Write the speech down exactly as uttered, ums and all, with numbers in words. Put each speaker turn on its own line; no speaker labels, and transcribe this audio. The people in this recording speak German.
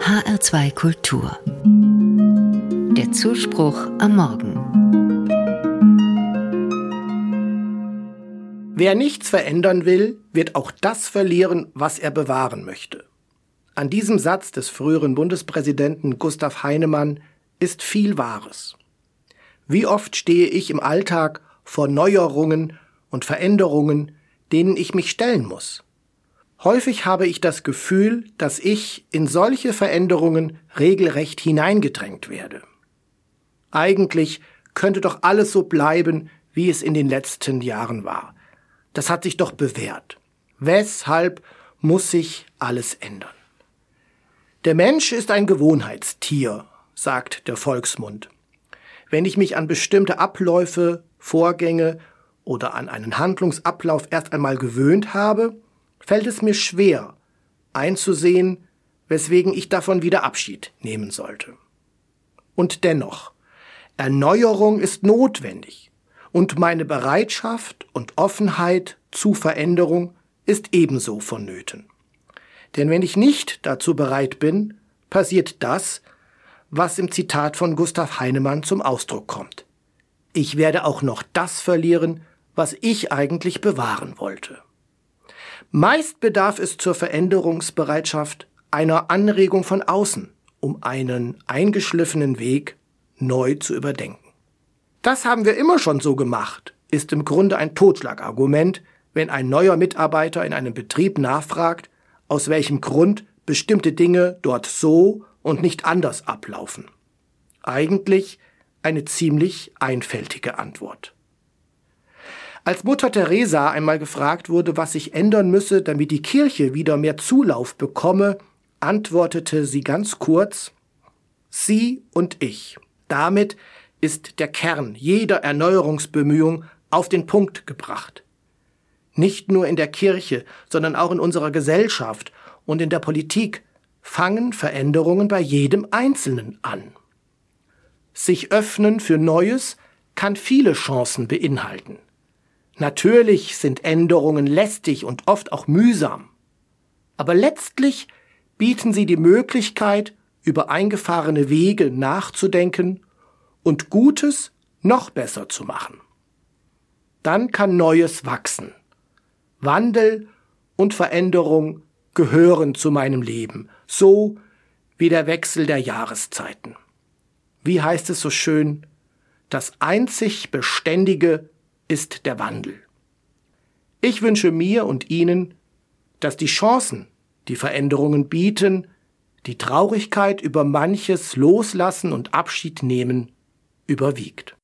H R zwei Kultur. Der Zuspruch am Morgen.
Wer nichts verändern will, wird auch das verlieren, was er bewahren möchte. An diesem Satz des früheren Bundespräsidenten Gustav Heinemann ist viel Wahres. Wie oft stehe ich im Alltag vor Neuerungen und Veränderungen, denen ich mich stellen muss. Häufig habe ich das Gefühl, dass ich in solche Veränderungen regelrecht hineingedrängt werde. Eigentlich könnte doch alles so bleiben, wie es in den letzten Jahren war. Das hat sich doch bewährt. Weshalb muss sich alles ändern? Der Mensch ist ein Gewohnheitstier, sagt der Volksmund. Wenn ich mich an bestimmte Abläufe, Vorgänge oder an einen Handlungsablauf erst einmal gewöhnt habe, fällt es mir schwer, einzusehen, weswegen ich davon wieder Abschied nehmen sollte. Und dennoch, Erneuerung ist notwendig und meine Bereitschaft und Offenheit zu Veränderung ist ebenso vonnöten. Denn wenn ich nicht dazu bereit bin, passiert das, was im Zitat von Gustav Heinemann zum Ausdruck kommt. Ich werde auch noch das verlieren, was ich eigentlich bewahren wollte. Meist bedarf es zur Veränderungsbereitschaft einer Anregung von außen, um einen eingeschliffenen Weg neu zu überdenken. Das haben wir immer schon so gemacht, ist im Grunde ein Totschlagargument, wenn ein neuer Mitarbeiter in einem Betrieb nachfragt, aus welchem Grund bestimmte Dinge dort so und nicht anders ablaufen. Eigentlich eine ziemlich einfältige Antwort. Als Mutter Teresa einmal gefragt wurde, was sich ändern müsse, damit die Kirche wieder mehr Zulauf bekomme, antwortete sie ganz kurz: Sie und ich. Damit ist der Kern jeder Erneuerungsbemühung auf den Punkt gebracht. Nicht nur in der Kirche, sondern auch in unserer Gesellschaft und in der Politik fangen Veränderungen bei jedem Einzelnen an. Sich öffnen für Neues kann viele Chancen beinhalten. Natürlich sind Änderungen lästig und oft auch mühsam. Aber letztlich bieten sie die Möglichkeit, über eingefahrene Wege nachzudenken und Gutes noch besser zu machen. Dann kann Neues wachsen. Wandel und Veränderung gehören zu meinem Leben, so wie der Wechsel der Jahreszeiten. Wie heißt es so schön? Das einzig Beständige ist der Wandel. Ich wünsche mir und Ihnen, dass die Chancen, die Veränderungen bieten, die Traurigkeit über manches Loslassen und Abschied nehmen, überwiegt.